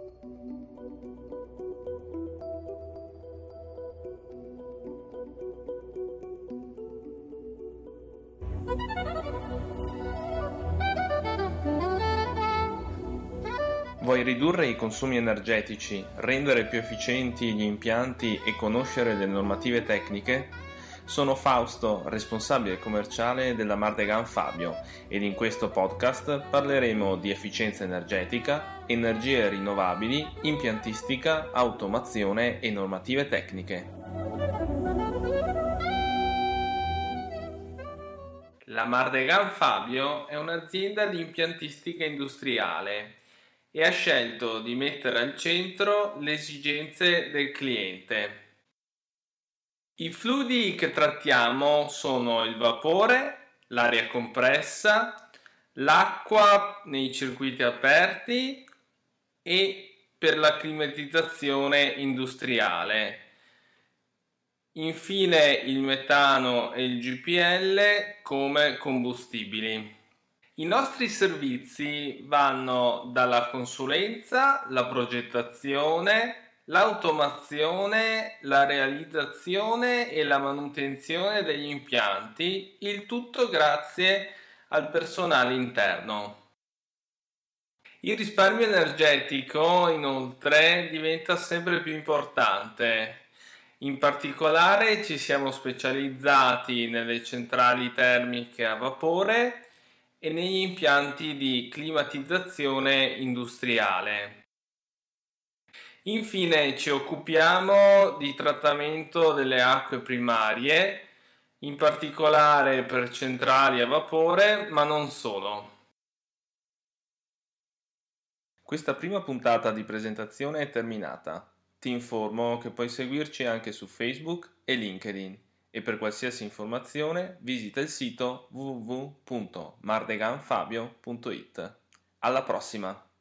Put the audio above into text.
Vuoi ridurre i consumi energetici, rendere più efficienti gli impianti e conoscere le normative tecniche? Sono Fausto, responsabile commerciale della Mardegan Fabio, ed in questo podcast parleremo di efficienza energetica, energie rinnovabili, impiantistica, automazione e normative tecniche. La Mardegan Fabio è un'azienda di impiantistica industriale e ha scelto di mettere al centro le esigenze del cliente. I fluidi che trattiamo sono il vapore, l'aria compressa, l'acqua nei circuiti aperti e per la climatizzazione industriale. Infine il metano e il GPL come combustibili. I nostri servizi vanno dalla consulenza, la progettazione, l'automazione, la realizzazione e la manutenzione degli impianti, il tutto grazie al personale interno. Il risparmio energetico, inoltre, diventa sempre più importante. In particolare ci siamo specializzati nelle centrali termiche a vapore e negli impianti di climatizzazione industriale. Infine ci occupiamo di trattamento delle acque primarie, in particolare per centrali a vapore, ma non solo. Questa prima puntata di presentazione è terminata. Ti informo che puoi seguirci anche su Facebook e LinkedIn e per qualsiasi informazione visita il sito www.mardeganfabio.it. Alla prossima!